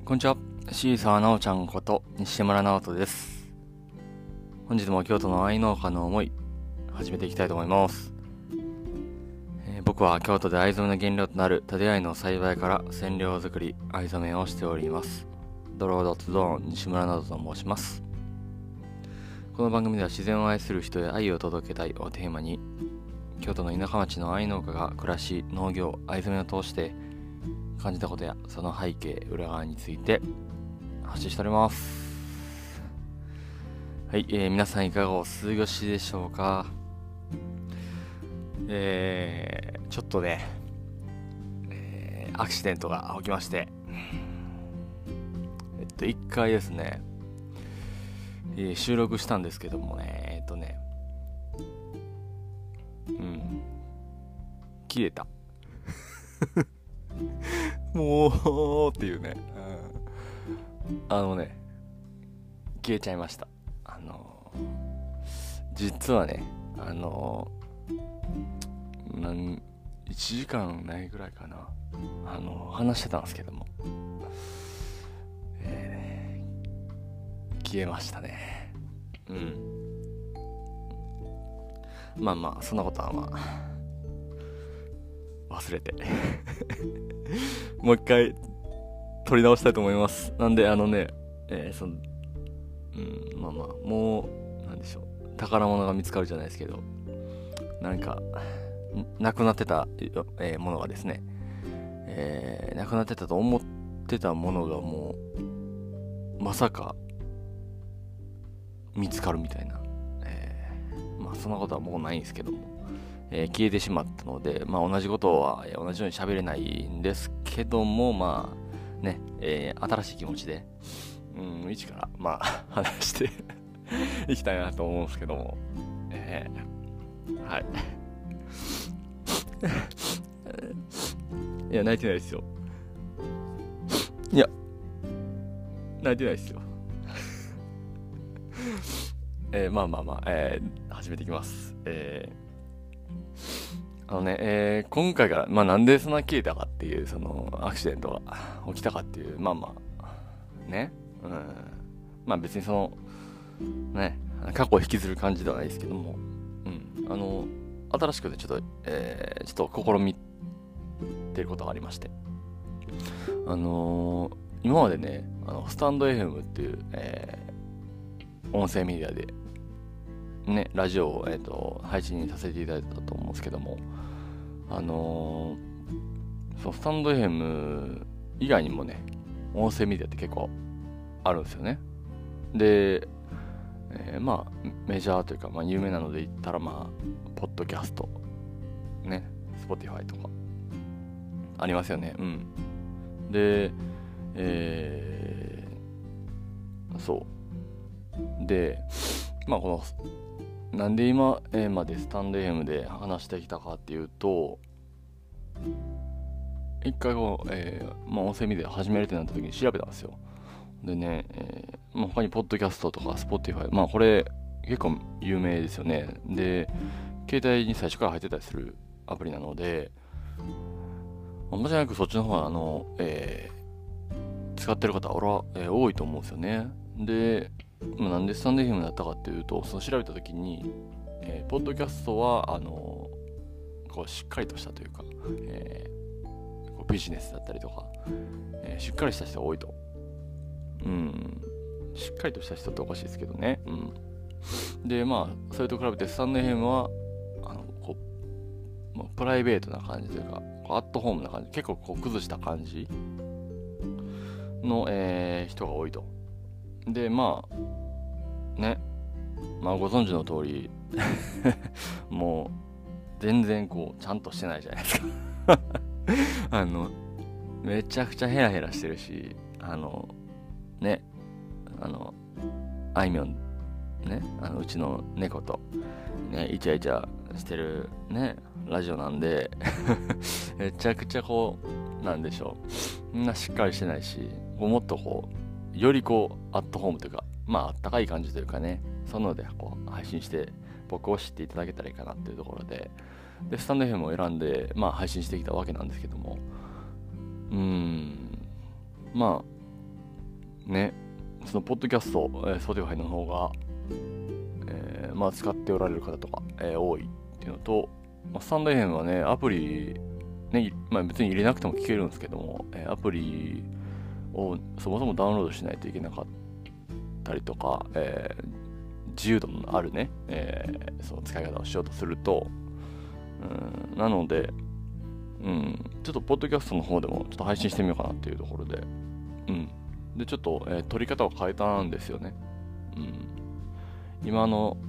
こんにちは。シーサーなおちゃんこと西村直人です。本日も京都の愛農家の思い始めていきたいと思います。僕は京都で藍染めの原料となるタデアイの栽培から染料作り、藍染めをしております。ドロードツドーン西村直人と申します。この番組では自然を愛する人へ愛を届けたいをテーマに、京都の田舎町の藍農家が暮らし、農業、藍染めを通して感じたことやその背景、裏側について発信しております。はい、皆さんいかがお過ごしでしょうか。ちょっとね、アクシデントが起きまして、一回ですね、収録したんですけどもね、切れた。もうっていうね、消えちゃいました。実はね、1時間ないぐらいかな、話してたんですけども、消えましたね。まあそんなことは忘れてもう一回撮り直したいと思います。なんでもうなんでしょう、宝物が見つかるじゃないですけど、なくなってた、ものがですね、なくなってたと思ってたものがもうまさか見つかるみたいな、そんなことはもうないんですけども、消えてしまったので、同じことは、同じように喋れないんですけども、新しい気持ちで、一から話していきたいなと思うんですけども、はい。いや、泣いてないですよ。いや、泣いてないですよ。始めていきます。今回から、なんでそんな消えたかっていう、そのアクシデントが起きたかっていう、別にその、過去を引きずる感じではないですけども、新しくてちょっと試みてることがありまして、今までね、スタンド FM っていう、音声メディアで、ラジオを、配信させていただいたと思うんですけども、そうスタンド FM 以外にもね、音声メディアって結構あるんですよね。で、メジャーというか、有名なので言ったら、ポッドキャスト、Spotify とか、ありますよね。で、そう。で、この、なんで今、までスタンド FM で話してきたかっていうと、一回音声メディア始めるってなった時に調べたんですよ。でね、他にポッドキャストとか Spotify、これ結構有名ですよね。で、携帯に最初から入ってたりするアプリなので、間違いなくそっちの方が使ってる方多いと思うんですよね。で、なんでスタンド FM だったかっていうと、その調べた時に、ポッドキャストはこうしっかりとしたというか、こうビジネスだったりとか、しっかりした人が多いと。しっかりとした人っておかしいですけどね。で、それと比べてスタンド FM はプライベートな感じというか、アットホームな感じ、結構崩した感じの、人が多いと。で、ご存知の通りもう全然ちゃんとしてないじゃないですかめちゃくちゃヘラヘラしてるし、あいみょんうちの猫とイチャイチャしてるラジオなんでめちゃくちゃなんでしょう、みんなしっかりしてないし、もっとよりアットホームというか、あったかい感じというかね、そのので配信して僕を知っていただけたらいいかなっていうところで、スタンド FM を選んで配信してきたわけなんですけども、 ね、そのポッドキャスト、Spotify の方が、使っておられる方とか、多いっていうのと、スタンド FM はね、アプリ、ね、別に入れなくても聞けるんですけども、アプリをそもそもダウンロードしないといけなかったりとか、自由度のあるね、その使い方をしようとすると、なので、ちょっとポッドキャストの方でもちょっと配信してみようかなっていうところで、でちょっと、撮り方を変えたんですよね。今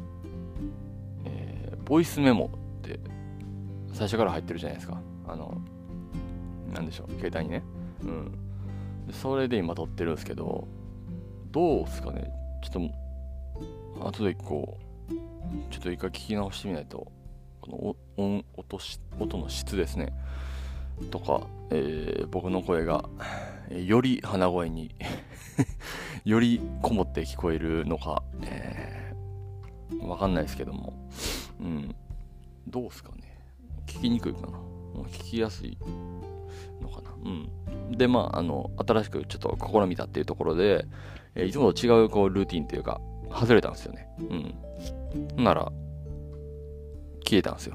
ボイスメモって最初から入ってるじゃないですか。なんでしょう、携帯にね。でそれで今撮ってるんですけど、どうですかね。ちょっと後でちょっと一回聞き直してみないと、この音の質ですね。とか、僕の声がより鼻声によりこもって聞こえるのか、わかんないですけども、どうですかね。聞きにくいかな。聞きやすいのかな。で、新しくちょっと試みたっていうところで、いつもと違うルーティンっていうか、外れたんですよね。なら、消えたんですよ。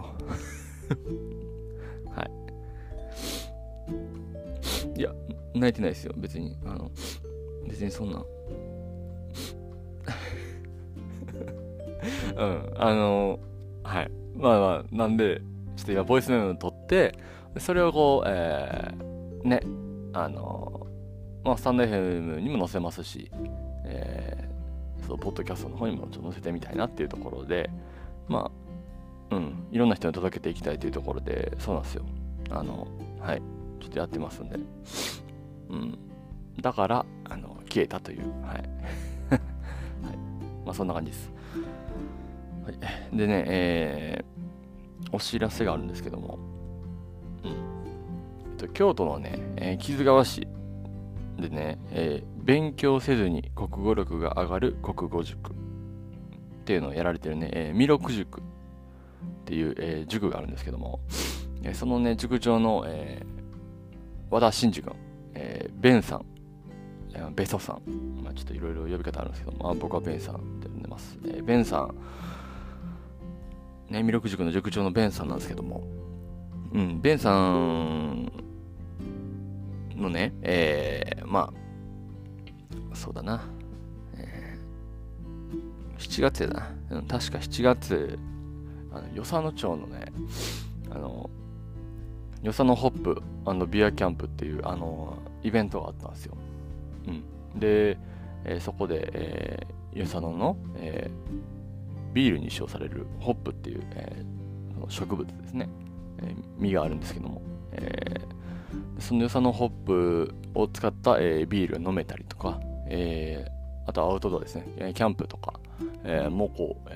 はい。いや、泣いてないですよ、別に。別にそんな。はい。なんで、ちょっと今、ボイスメモを取って、それをスタンド FM にも載せますし、ポッドキャストの方にもちょっと載せてみたいなっていうところで、いろんな人に届けていきたいというところで、そうなんですよ。はい。ちょっとやってますんで。だから、消えたという。はい。はい。そんな感じです。はい。でね、お知らせがあるんですけども、京都のね、木津川市でね、勉強せずに国語力が上がる国語塾っていうのをやられてるね、弥勒塾っていう、塾があるんですけども、そのね、塾長の、和田真二君、ベンさん、ベソさん、ちょっといろいろ呼び方あるんですけど、僕はベンさんって呼んでます。ベンさん、ね、弥勒塾の塾長のベンさんなんですけども、ベンさんのね、そうだな、7月やな、確か7月、与謝野町のね、与謝野ホップ&ビアキャンプっていうイベントがあったんですよ。で、そこで、与謝野の、ビールに使用されるホップっていう、その植物ですね、実があるんですけども、その与謝野ホップを使った、ビールが飲めたりとか、あとアウトドアですね、キャンプとか、も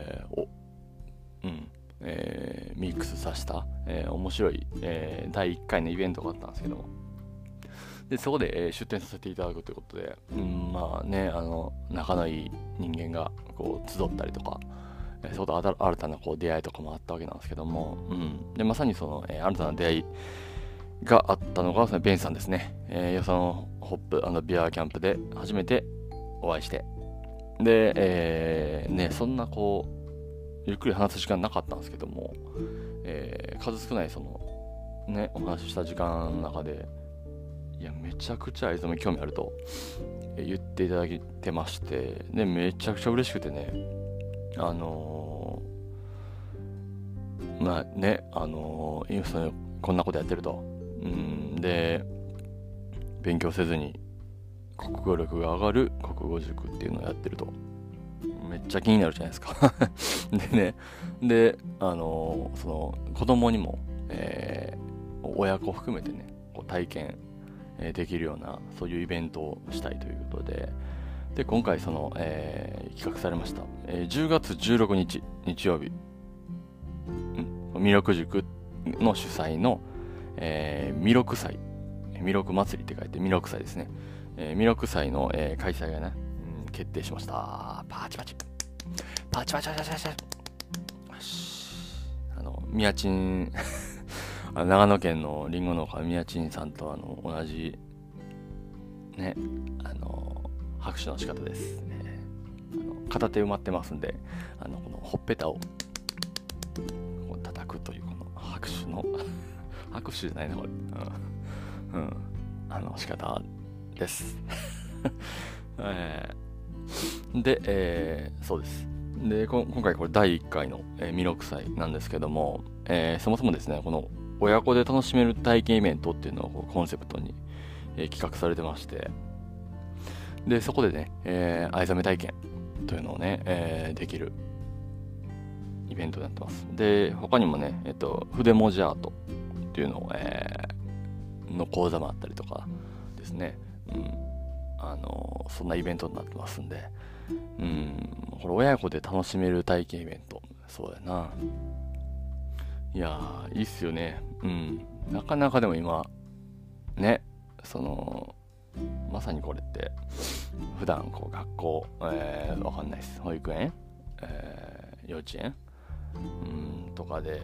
ミックスさせた、面白い、第1回のイベントがあったんですけども、でそこで、出展させていただくということで、仲のいい人間が集ったりとか、そこで新たな出会いとかもあったわけなんですけども、でまさにその、新たな出会いがあったのがそのベンさんですね。与謝野ホップ&ビアキャンプで初めてお会いして、で、そんなゆっくり話す時間なかったんですけども、数少ないそのねお話しした時間の中で、いやめちゃくちゃ藍染め興味あると言っていただいてまして、でめちゃくちゃ嬉しくてね、今こんなことやってると、で勉強せずに国語力が上がる国語塾っていうのをやってると、めっちゃ気になるじゃないですかでその子供にも、親子含めてね体験、できるようなそういうイベントをしたいということで、今回その、企画されました、10月16日日曜日、弥勒塾の主催の、弥勒祭、弥勒祭りって書いて弥勒祭ですね、弥勒祭の、開催がね、決定しました。パチパチパチパチパチパチパチ。よし、宮珍長野県のリンゴ農家宮珍さんと同じね拍手の仕方です。片手埋まってますんで、このほっぺたをこう叩くというこの拍手の拍手じゃないなこれ、仕方です。で、そうです。で、今回これ第1回の、弥勒祭なんですけども、そもそもですね、この親子で楽しめる体験イベントっていうのをコンセプトに、企画されてまして、で、そこでね、藍染め体験というのをね、できるイベントになってます。で、他にもね、筆文字アートっていうのを、の講座もあったりとかですね、そんなイベントになってますんで、これ親子で楽しめる体験イベント、そうやな。いやー、いいっすよね。なかなかでも今、ね、まさにこれって、普段こう学校、わかんないです。保育園、幼稚園、とかで、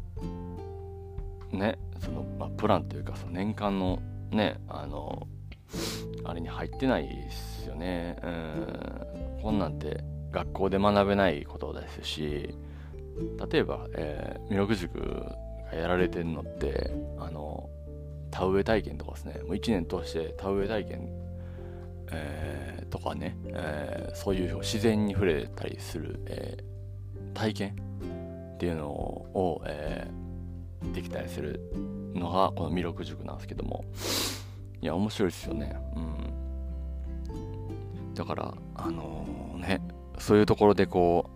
ね、プランというか、その年間のね、あれに入ってないですよね。こんなんて学校で学べないことですし、例えば、弥勒塾がやられてるのって、田植え体験とかですね、もう1年通して田植え体験、とかね、そういう自然に触れたりする、体験っていうのを、できたりするのがこの弥勒塾なんですけども、いや面白いですよね。だからね、そういうところでこ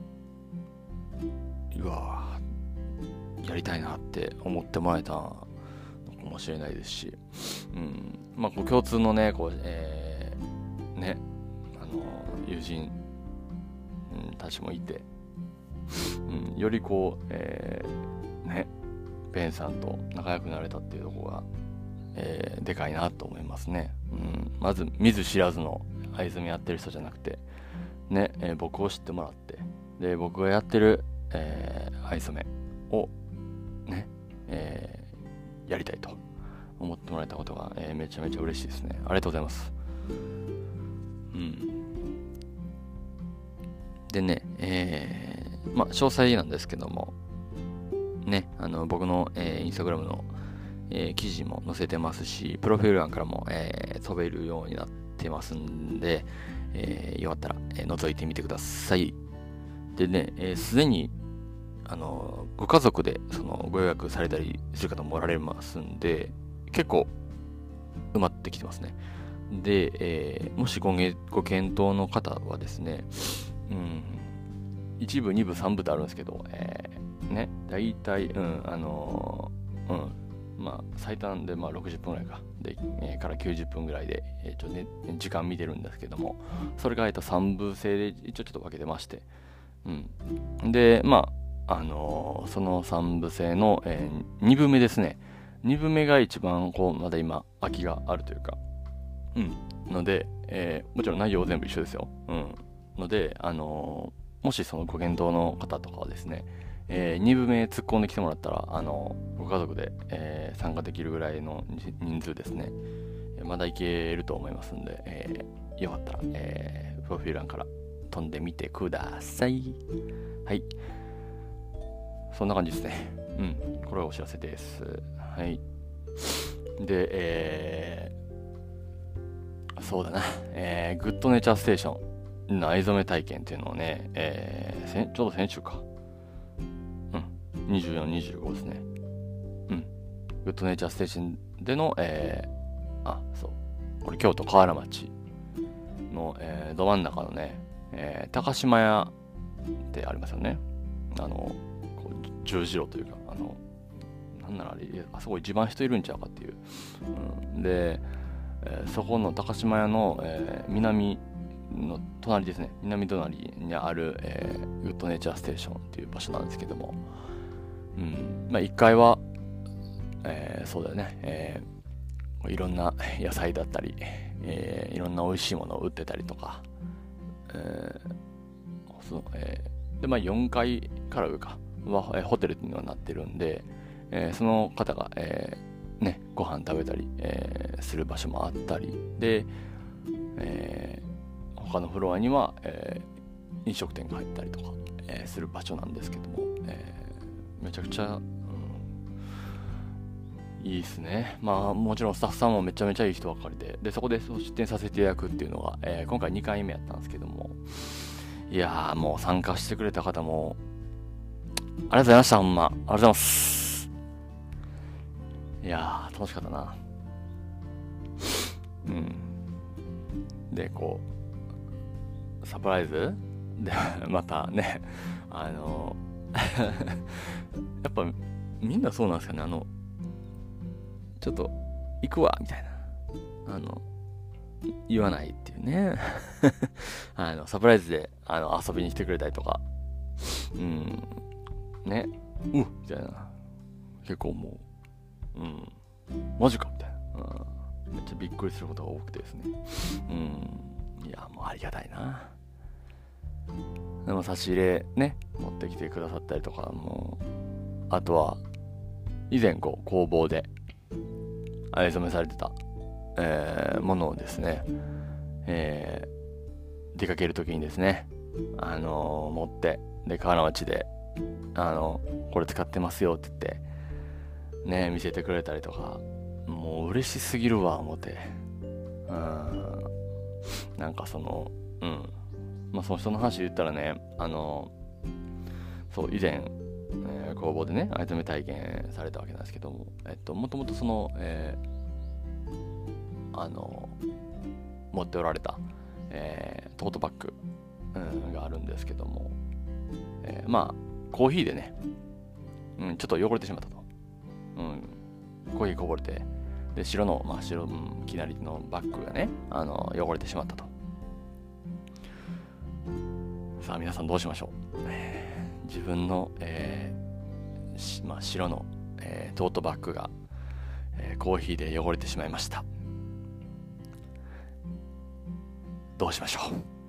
うやりたいなって思ってもらえたのかもしれないですし、こう共通のねこう、ね友人、たちもいて、よりこう、ねベンさんと仲良くなれたっていうところが、でかいなと思いますね。まず見ず知らずの藍染めやってる人じゃなくてね、僕を知ってもらって、で僕がやってる、藍染めをね、やりたいと思ってもらえたことが、めちゃめちゃ嬉しいですね。ありがとうございます。でね、詳細なんですけどもね、僕の、インスタグラムの、記事も載せてますし、プロフィール欄からも、飛べるようになってますんで、よかったら、覗いてみてください。でね、すでにご家族でご予約されたりする方もおられますんで、結構埋まってきてますね。で、もしご検討の方はですね、1部、2部、3部とあるんですけど、ね、大体、最短で60分ぐらいかで、から90分ぐらいで、時間見てるんですけども、それが3部制で一応ちょっと分けてまして、でその3部制の、2部目ですね。2部目が一番まだ今空きがあるというか、ので、もちろん内容全部一緒ですよ。のでもしご検討の方とかはですね、2部目突っ込んできてもらったらご家族で、参加できるぐらいの人数ですね、まだいけると思いますんで、よかったら、プロフィール欄から飛んでみてください。はい、そんな感じですね。これはお知らせです。はい。で、そうだな、グッドネイチャーステーションの藍染め体験っていうのをね、ちょうど先週か、24、25ですね。グッドネイチャーステーションでの、これ京都河原町の、ど真ん中のね、高島屋ってありますよね。十字路というか、なんならあそこ一番人いるんちゃうかっていう。で、そこの高島屋の、南の隣ですね。南隣にある、グッドネイチャーステーションっていう場所なんですけども、1階は、そうだよね、いろんな野菜だったり、いろんな美味しいものを売ってたりとか、で4階から上かは、ホテルにはなってるんで、その方が、ご飯食べたり、する場所もあったりで、 他のフロアには、飲食店が入ったりとか、する場所なんですけども、めちゃくちゃ、いいですね。まあもちろんスタッフさんもめちゃめちゃいい人ばっかりで、そこで出店させていただくっていうのが、今回2回目やったんですけども、いやーもう参加してくれた方もありがとうございました。ほんまありがとうございます。いやー楽しかったな。でこうサプライズでまたねやっぱみんなそうなんですかね。ちょっと行くわみたいな言わないっていうねサプライズで遊びに来てくれたりとかねみたいな、結構もうマジかみたいな、めっちゃびっくりすることが多くてですね、いやもうありがたいな。でも差し入れね持ってきてくださったりとか、もうあとは以前工房で藍染めされてた、ものをですね、出かけるときにですね持ってで河原町でこれ使ってますよって言ってね見せてくれたりとか、もう嬉しすぎるわ思って、なんかその人の話言ったらね、そう以前、工房でね藍染め体験されたわけなんですけども、もともとその、持っておられた、トートバッグ、があるんですけども、コーヒーでね、ちょっと汚れてしまったと、コーヒーこぼれて、で白の真っ白、きなりのバッグがね汚れてしまったと。さあ皆さんどうしましょう。自分の、白の、トートバッグが、コーヒーで汚れてしまいました。どうしましょ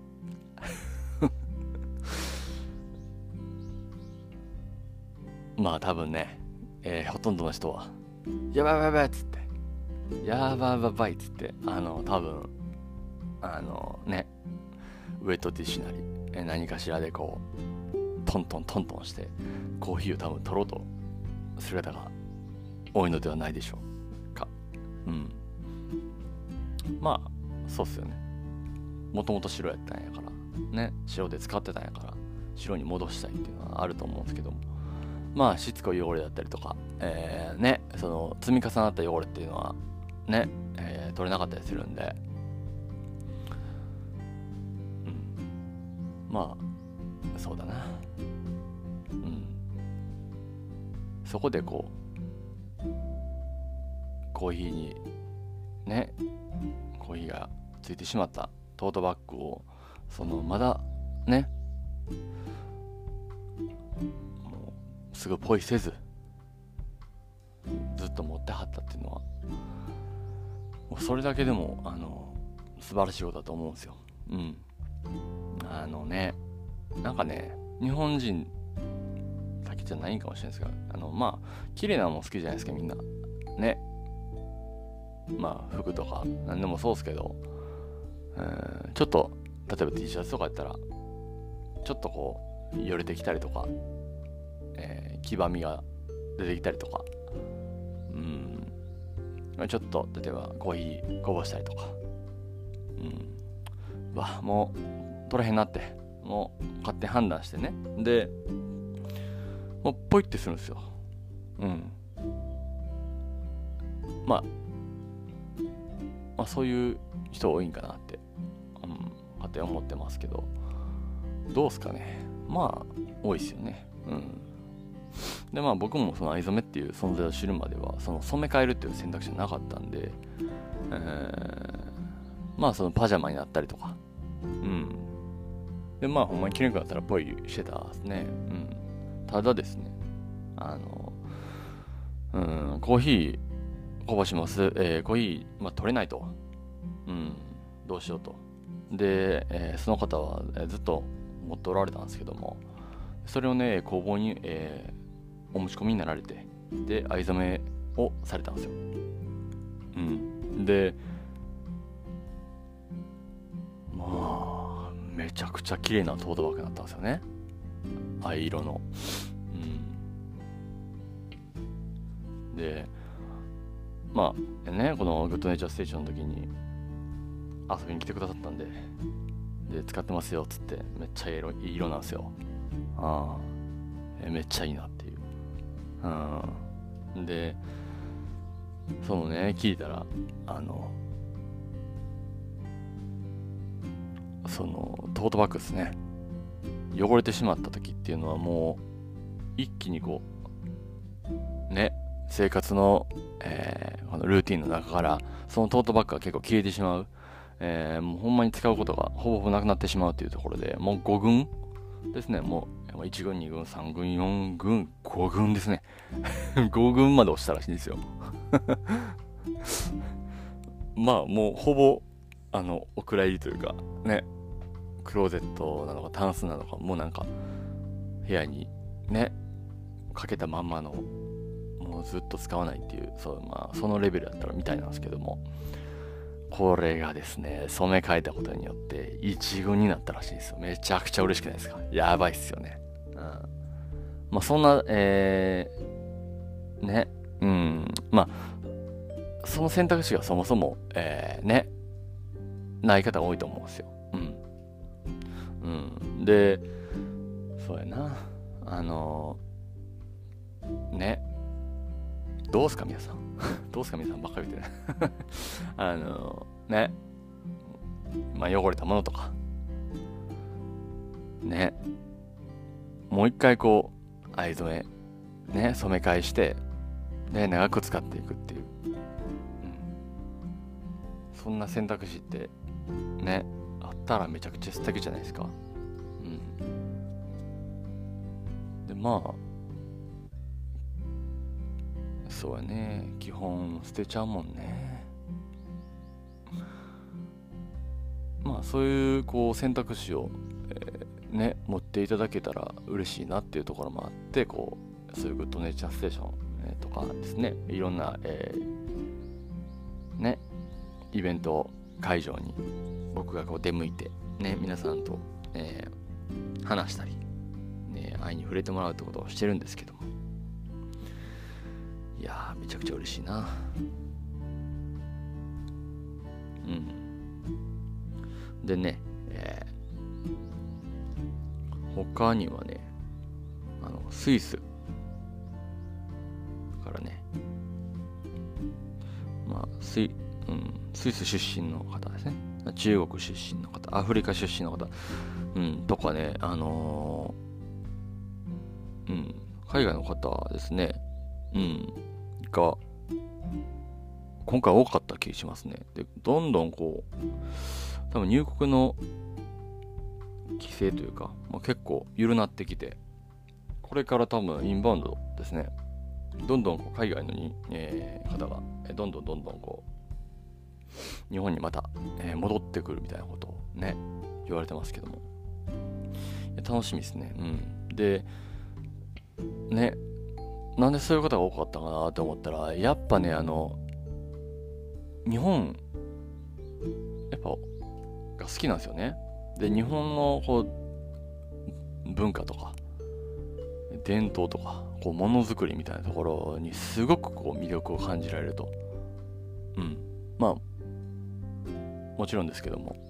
うまあ多分ね、ほとんどの人はやばいやばいやばいっつってやばいやばいっつって多分ねウェットティッシュなり何かしらでこうトントンしてコーヒーを多分取ろうとする方が多いのではないでしょうか。まあそうっすよね。もともと白やったんやからね、白で使ってたんやから白に戻したいっていうのはあると思うんですけども、まあしつこい汚れだったりとか、その積み重なった汚れっていうのはね、取れなかったりするんで、まあそうだな、そこでこうコーヒーにねコーヒーがついてしまったトートバッグをまだねもうすぐポイせずずっと持ってはったっていうのはもうそれだけでも素晴らしいことだと思うんですよ。なんかね日本人だけじゃないんかもしれないですが綺麗なもん好きじゃないですかみんなね。服とか何でもそうですけど、ちょっと例えば T シャツとかやったらちょっとこうよれてきたりとか、黄ばみが出てきたりとか、ちょっと例えばコーヒーこぼしたりとか、もう取れへんなってもう勝手に判断してね、でもうポイってするんですよ。そういう人多いんかなって、勝手に思ってますけど、どうすかね。多いですよね。で僕もその藍染めっていう存在を知るまではその染め替えるっていう選択肢はなかったんで、そのパジャマになったりとか、でほんまに着れなくなったらポイしてたですね。ただですねコーヒーこぼします、コーヒー、取れないと、どうしようとで、その方は、ずっと持っておられたんですけども、それをね工房に、お持ち込みになられて、で藍染めをされたんですよ。でめちゃくちゃ綺麗なトートバッグになったんですよね。藍色の。で、まあね、このグッドネイチャーステーションの時に遊びに来てくださったんで、使ってますよっつって、めっちゃいい色なんですよ。めっちゃいいなっていう。で、そのね、聞いたら、そのトートバッグですね、汚れてしまった時っていうのはもう一気にこうね、生活の、このルーティンの中からそのトートバッグが結構消えてしまう、もうほんまに使うことがほぼほぼなくなってしまうというところで、もう5軍ですね。もう1軍2軍3軍4軍5軍ですね。5軍まで押したらしいんですよ。まあもうほぼお蔵入りというかね、クローゼットなのかタンスなのか、もうなんか部屋にねかけたまんまの、もうずっと使わないっていう、そのレベルだったらみたいなんですけども、これがですね、染め替えたことによって一軍になったらしいんですよ。めちゃくちゃ嬉しくないですか？やばいっすよね。まあそんなね、まあその選択肢がそもそもね、ない方が多いと思うんですよ。で、そうやな、ね、どうすか皆さん。どうすか皆さんばっかり言ってね。まあ汚れたものとかね、もう一回こう藍染めね、染め替えしてね、長く使っていくっていう、そんな選択肢ってね、あったらめちゃくちゃ素敵じゃないですか。で、まあそうやね、基本捨てちゃうもんね。まあそういうこう選択肢を、ね、持っていただけたら嬉しいなっていうところもあって、こうそういうグッドネイチャーステーション、とかですね、いろんな、ね、イベント会場に僕がこう出向いてね、皆さんと、話したり、ね、愛に触れてもらうってことをしてるんですけども、いやーめちゃくちゃ嬉しいな。でね、他にはね、スイスからね、まあスイス出身の方ですね、中国出身の方、アフリカ出身の方、とかね、海外の方ですね、が今回多かった気がしますね。で、どんどんこう多分入国の規制というか、結構緩なってきて、これから多分インバウンドですね、どんどんこう海外の方がどんどんこう日本にまた、戻ってくるみたいなことをね言われてますけども、楽しみですね。でね、なんでそういう方が多かったかなと思ったら、やっぱね、日本やっぱが好きなんですよね。で、日本のこう文化とか伝統とかこうものづくりみたいなところにすごくこう魅力を感じられると、まあもちろんですけども、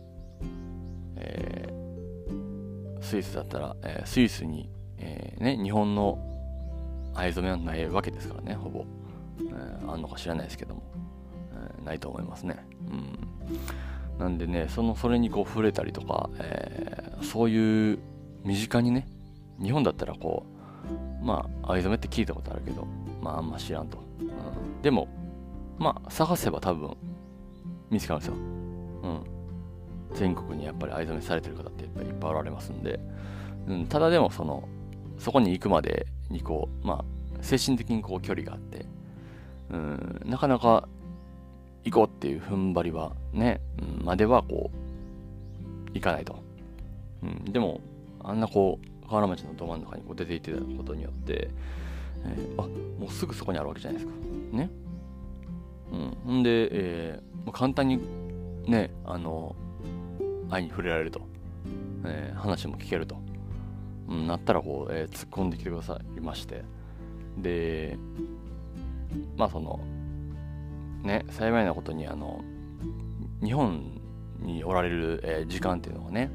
スイスだったら、スイスに、日本の藍染めはないわけですからね、ほぼ、あんのか知らないですけども、ないと思いますね。なんでね、それにこう触れたりとか、そういう身近にね、日本だったらこう藍染めって聞いたことあるけど、あんま知らんと、でも探せば多分見つかるんですよ。全国にやっぱり藍染めされてる方っていっぱいおられますんで、ただでもそこに行くまでにこう精神的にこう距離があって、なかなか行こうっていう踏ん張りはね、まではこう行かないと。でもあんなこう河原町のど真ん中にこう出て行ってたことによって、もうすぐそこにあるわけじゃないですかね。んで、簡単にね愛に触れられると、 話も聞けると、なったらこう、突っ込んできてくださいまして、でそのね、幸いなことに日本におられる、時間っていうのがね、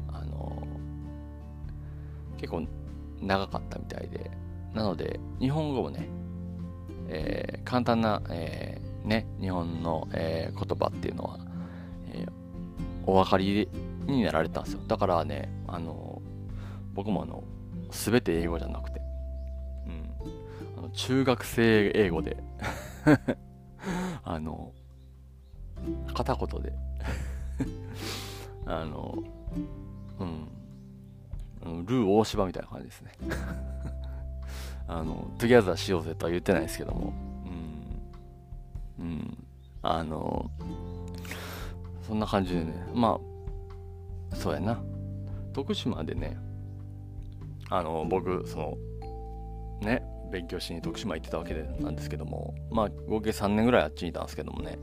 結構長かったみたいで、なので日本語もね、簡単な、日本の、言葉っていうのは、お分かりになられたんですよ。だからね、僕も全て英語じゃなくて、中学生英語で片言でルー大柴みたいな感じですねトゥギャザーしようぜとは言ってないですけども、そんな感じでね、そうやな、徳島でね、僕勉強しに徳島行ってたわけなんですけども、合計3年ぐらいあっちにいたんですけどもね、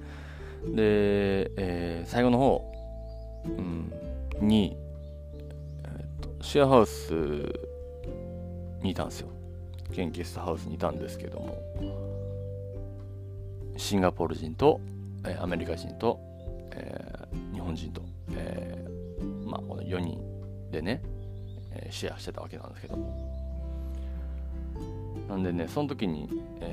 で、最後の方、に、シェアハウスにいたんですよ。ゲストハウスにいたんですけども、シンガポール人と、アメリカ人と、日本人と、この4人でね、シェアしてたわけなんですけども、なんでね、その時に、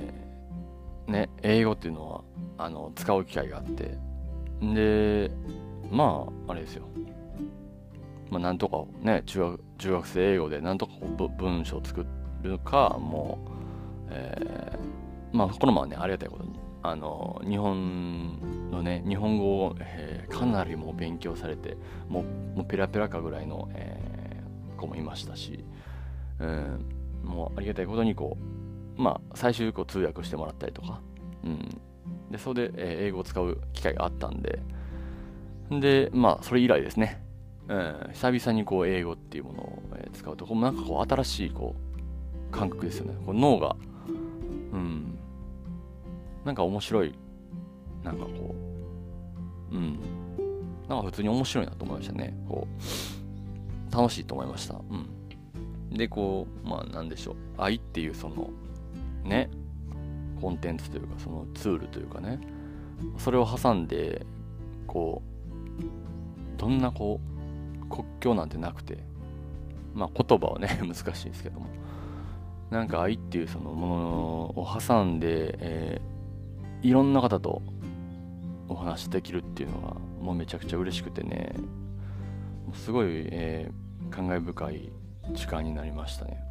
英語っていうのは使う機会があって、であれですよ、なんとかね、中学生英語でなんとか文章を作るか、もう、このままね、ありがたいことに日本のね、日本語を、かなりもう勉強されて、もうペラペラかぐらいの、子もいましたし、もうありがたいことにこう、最終通訳してもらったりとか、でそれで、英語を使う機会があったんで、それ以来ですね、久々にこう英語っていうものを、使うと、なんかこう新しいこう感覚ですよね。こう脳が、なんか面白い、なんかこう、なんか普通に面白いなと思いましたね。こう楽しいと思いました。でこうなんでしょう、愛っていうそのね、コンテンツというか、そのツールというかね、それを挟んでこうどんなこう国境なんてなくて、言葉はね難しいんですけども、なんか愛っていうそのものを挟んで、いろんな方とお話できるっていうのがもうめちゃくちゃ嬉しくてね、すごい、感慨深い時間になりましたね。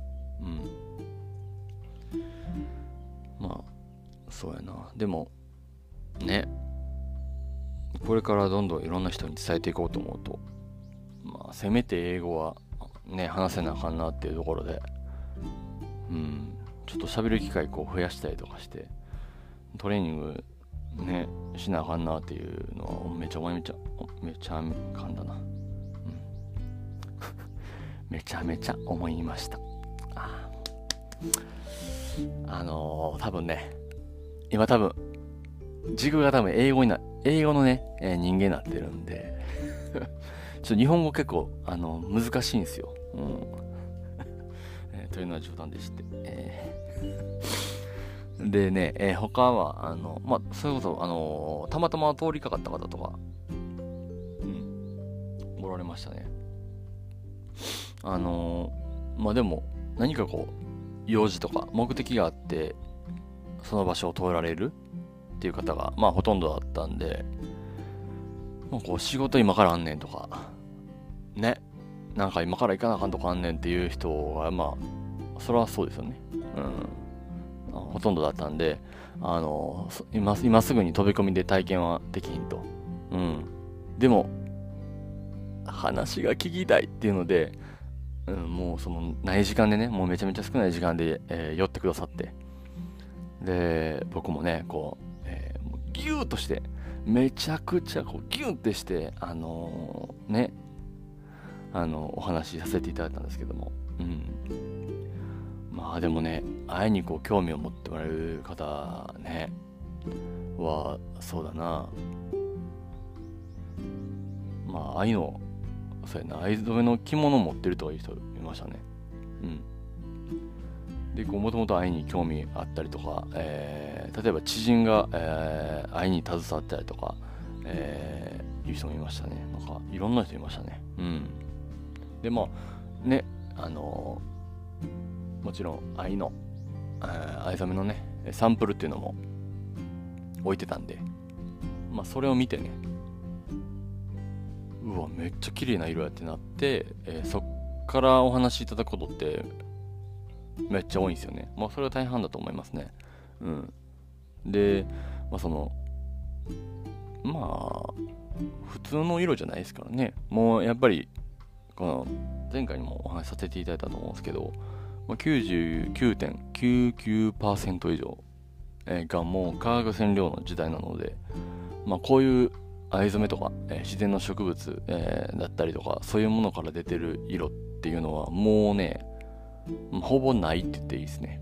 そうやな。でもね、これからどんどんいろんな人に伝えていこうと思うと、せめて英語はね話せなあかんなっていうところで、ちょっと喋る機会こう増やしたりとかしてトレーニングねしなあかんなっていうのはめちゃ噛んだな、めちゃめちゃ思いました。多分ね、今軸が多分英語のね、人間になってるんでちょっと日本語結構難しいんですよ。というのは冗談でして、でね、他はそれこそたまたま通りかかった方とか、おられましたね。でも何かこう用事とか目的があってその場所を通られるっていう方がほとんどだったんで、こう仕事今からあんねんとかね、なんか今から行かなあかんとかあんねんっていう人がそれはそうですよね。ほとんどだったんで、今すぐに飛び込みで体験はできひんと。でも話が聞きたいっていうので、もうそのない時間でね、もうめちゃめちゃ少ない時間で、寄ってくださって、で僕もねこう、ギューッとしてめちゃくちゃこうギューッてしてお話しさせていただいたんですけども、でもね、愛にこう興味を持ってもらえる方ねはそうだな、愛のそうやな、藍染めの着物を持ってるとかいう人いましたね。で、もともと藍に興味あったりとか、例えば知人が、藍に携わったりとか、いう人もいましたね。なんかいろんな人いましたね。で、まあね、もちろん藍の、藍染めのねサンプルっていうのも置いてたんで、まあそれを見てね、うわめっちゃ綺麗な色やってなって、そっからお話しいただくことってめっちゃ多いんですよね。まあそれは大半だと思いますね。で、まあまあ普通の色じゃないですからね。もうやっぱりこの前回にもお話しさせていただいたと思うんですけど、99.99% 以上がもう化学染料の時代なので、まあこういう藍染めとか、自然の植物、だったりとかそういうものから出てる色っていうのはもうねほぼないって言っていいですね。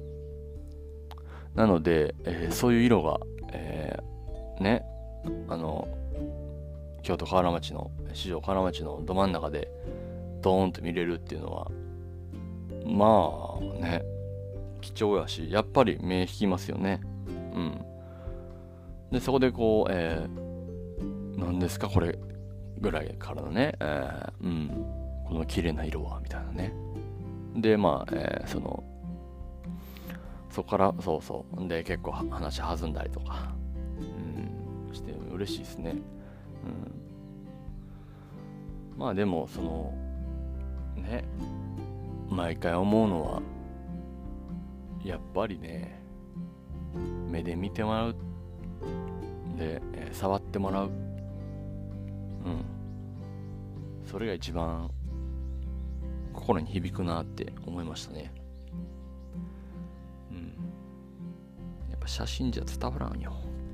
なので、そういう色が、ね京都河原町の四条河原町のど真ん中でドーンと見れるっていうのはまあね貴重やし、やっぱり目引きますよね。でそこでこう、何ですかこれぐらいからのね、この綺麗な色はみたいなね。でまあ、そこからそうで結構話弾んだりとか、して嬉しいですね。まあでもね毎回思うのはやっぱりね目で見てもらうで、触ってもらう、それが一番心に響くなって思いましたね。やっぱ写真じゃ伝わらんよ。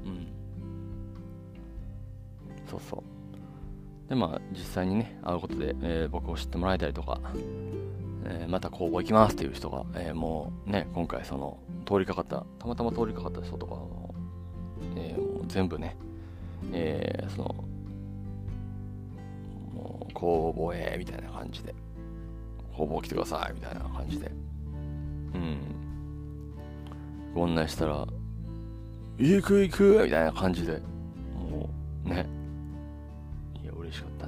でまあ実際にね会うことで、僕を知ってもらえたりとか、また工房行きますっていう人が、もうね今回たまたま通りかかった人とかもう全部ね、もう工房へみたいな感じで、工房来てくださいみたいな感じでご案内したら行くみたいな感じで、もうね嬉しかったな。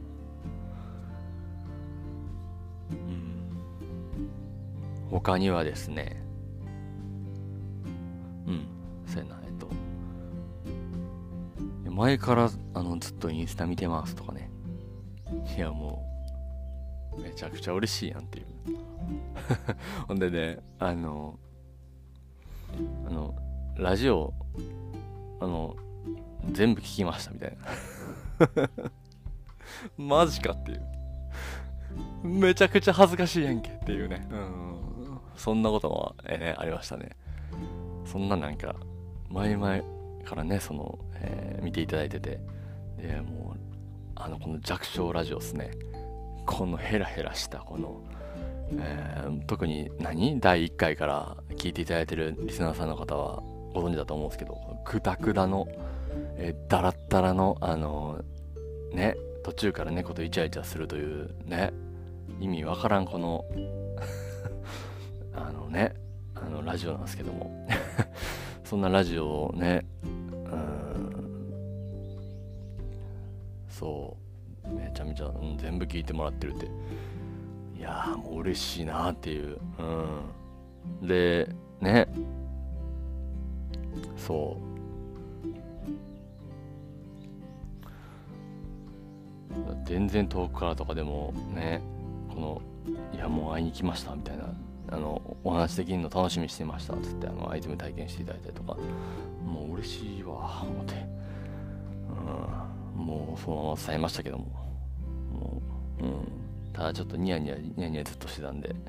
他にはですね、そうやな、前からずっとインスタ見てますとかね。いやもうめちゃくちゃ嬉しいやんっていうほんでねラジオ全部聞きましたみたいなマジかっていう、めちゃくちゃ恥ずかしいやんけっていうね。そんなことも、ありましたね。そんななんか前々からね見ていただいてて、でもうこの弱小ラジオですね、このヘラヘラしたこの、特に第1回から聞いていただいてるリスナーさんの方はご存知だと思うんですけど、グダグダの、ダラッダラのね途中から猫とイチャイチャするというね意味わからんこのラジオなんですけどもそんなラジオをねめちゃめちゃ、全部聞いてもらってるって、いやーもう嬉しいなっていう。でね全然遠くからとかでもねいやもう会いに来ましたみたいな、お話できるの楽しみにしてましたつってアイテム体験していただいたりとか、もう嬉しいわ思って、もうそのまま伝えましたけども、ただちょっとニヤニヤずっとしてたんで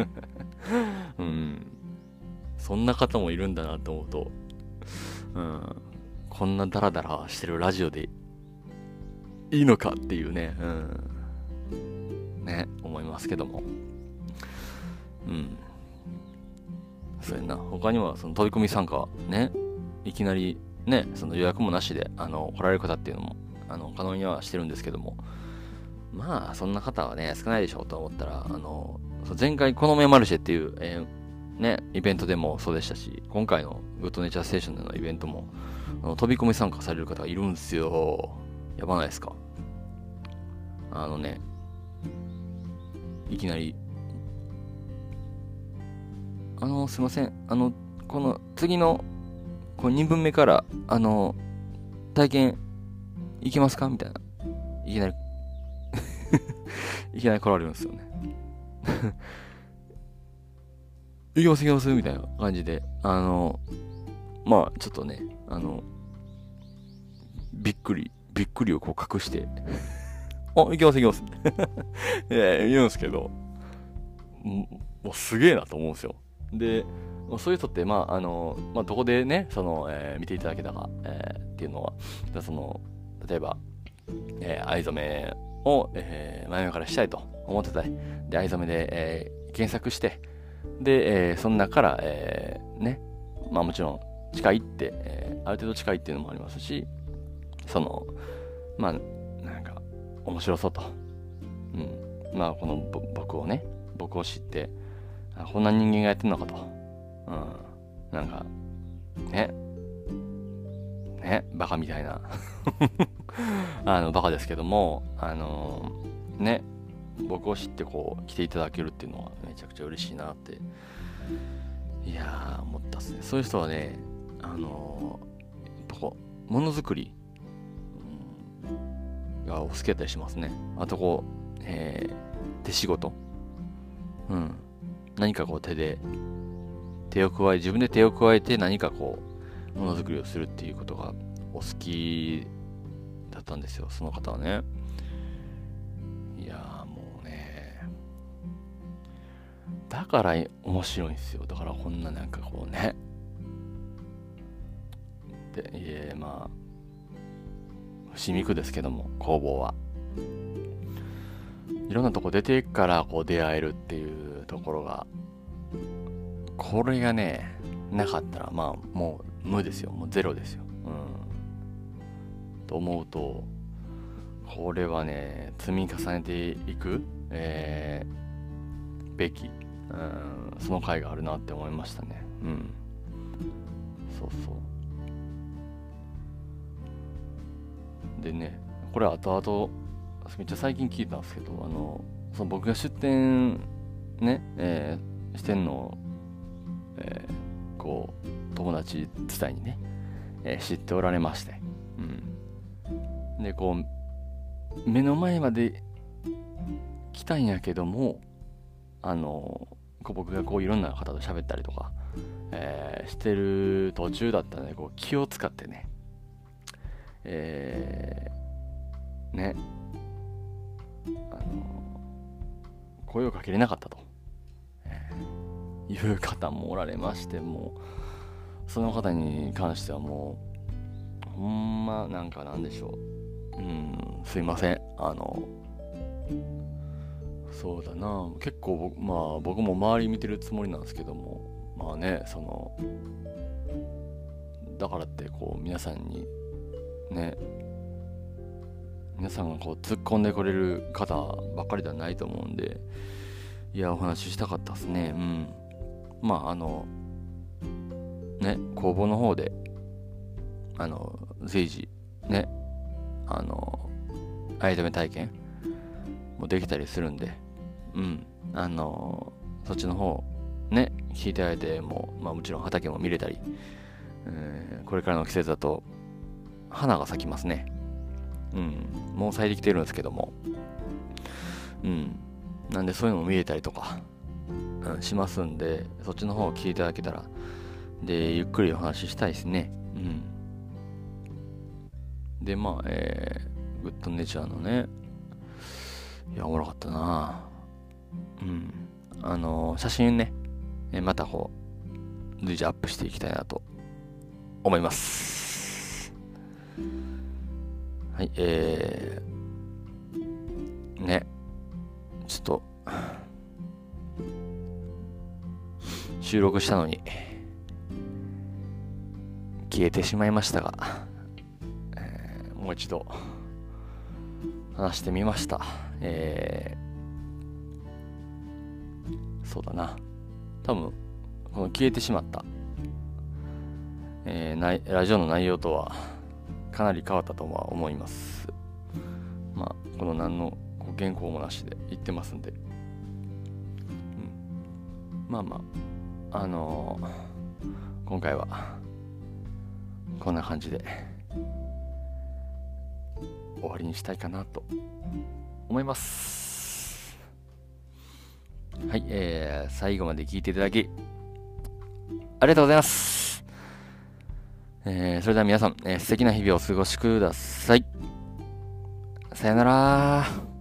そんな方もいるんだなと思うと、こんなダラダラしてるラジオでいいのかっていうね、思いますけども、そうやな。他には飛び込み参加ね、いきなりね予約もなしで来られる方っていうのも可能にはしてるんですけども、 まあそんな方はね少ないでしょうと思ったら、前回このめマルシェっていう、イベントでもそうでしたし、今回のグッドネイチャーステーションでのイベントも飛び込み参加される方がいるんですよ。やばないですか？いきなりすいません。この次のこの2分目から体験行きますかみたいな。いきなりいきなり来られるんですよね。行きます行きますみたいな感じで、まあちょっとね、びっくりをこう隠して、あ、行きます行きます言うんですけど、もうすげえなと思うんですよ。で、そういう人って、まあどこでね、見ていただけたか、っていうのは、例えば、藍染めを、前々からしたいと思ってたり、で、藍染めで、検索して、で、その中から、まあもちろん近いって、ある程度近いっていうのもありますし、まあ、なんか、面白そうと。うん。まあ、この僕を知って、こんな人間がやってんのかと。うん。なんか、バカみたいなバカですけども、僕を知ってこう来ていただけるっていうのはめちゃくちゃ嬉しいなって、いやー思ったっすね。そういう人はね、ものづくり、がお好きだったりしますね。あと手仕事、何かこう自分で手を加えて何かこうものづくりをするっていうことがお好きだったんですよ、その方はね。いやーもうね、だから面白いんですよ。だからこんななんかこうね、で、まあ伏見区ですけども、工房はいろんなとこ出ていくからこう出会えるっていうところが、これがねなかったらまあもう無ですよ、もうゼロですよ。と思うと、これはね積み重ねていく、べき、その回があるなって思いましたね。そうでね、これ後々めっちゃ最近聞いたんですけど、僕が出店ね、してんのを、こう友達伝いにね、知っておられまして、でこう目の前まで来たんやけども、僕がこういろんな方と喋ったりとか、してる途中だったので、こう気を使ってね、声をかけれなかったと、いう方もおられまして、もうその方に関してはもうほんまなんでしょう、すいません。そうだな、結構僕も周り見てるつもりなんですけども、まあね、だからってこう皆さんがこう突っ込んでくれる方ばっかりではないと思うんで、いやお話ししたかったですね。まあ工房の方で随時ね藍染め体験もできたりするんで、そっちの方ね聞いていただいても、もちろん畑も見れたり、これからの季節だと花が咲きますね。もう咲いてきてるんですけども、なんでそういうのも見れたりとか、しますんで、そっちの方を聞いていただけたら、でゆっくりお話ししたいですね。でグッドネチャーのね、いやおもろかったな。写真ね、またこう随時アップしていきたいなと思います。はい、ちょっと収録したのに消えてしまいましたが、もう一度話してみました。 そうだな。多分、この消えてしまった、ラジオの内容とはかなり変わったとは思います。まあ、この何の原稿もなしで言ってますんで。まあまあ、今回はこんな感じで終わりにしたいかなと思います。はい、最後まで聞いていただきありがとうございます。それでは皆さん、素敵な日々をお過ごしください。さよなら。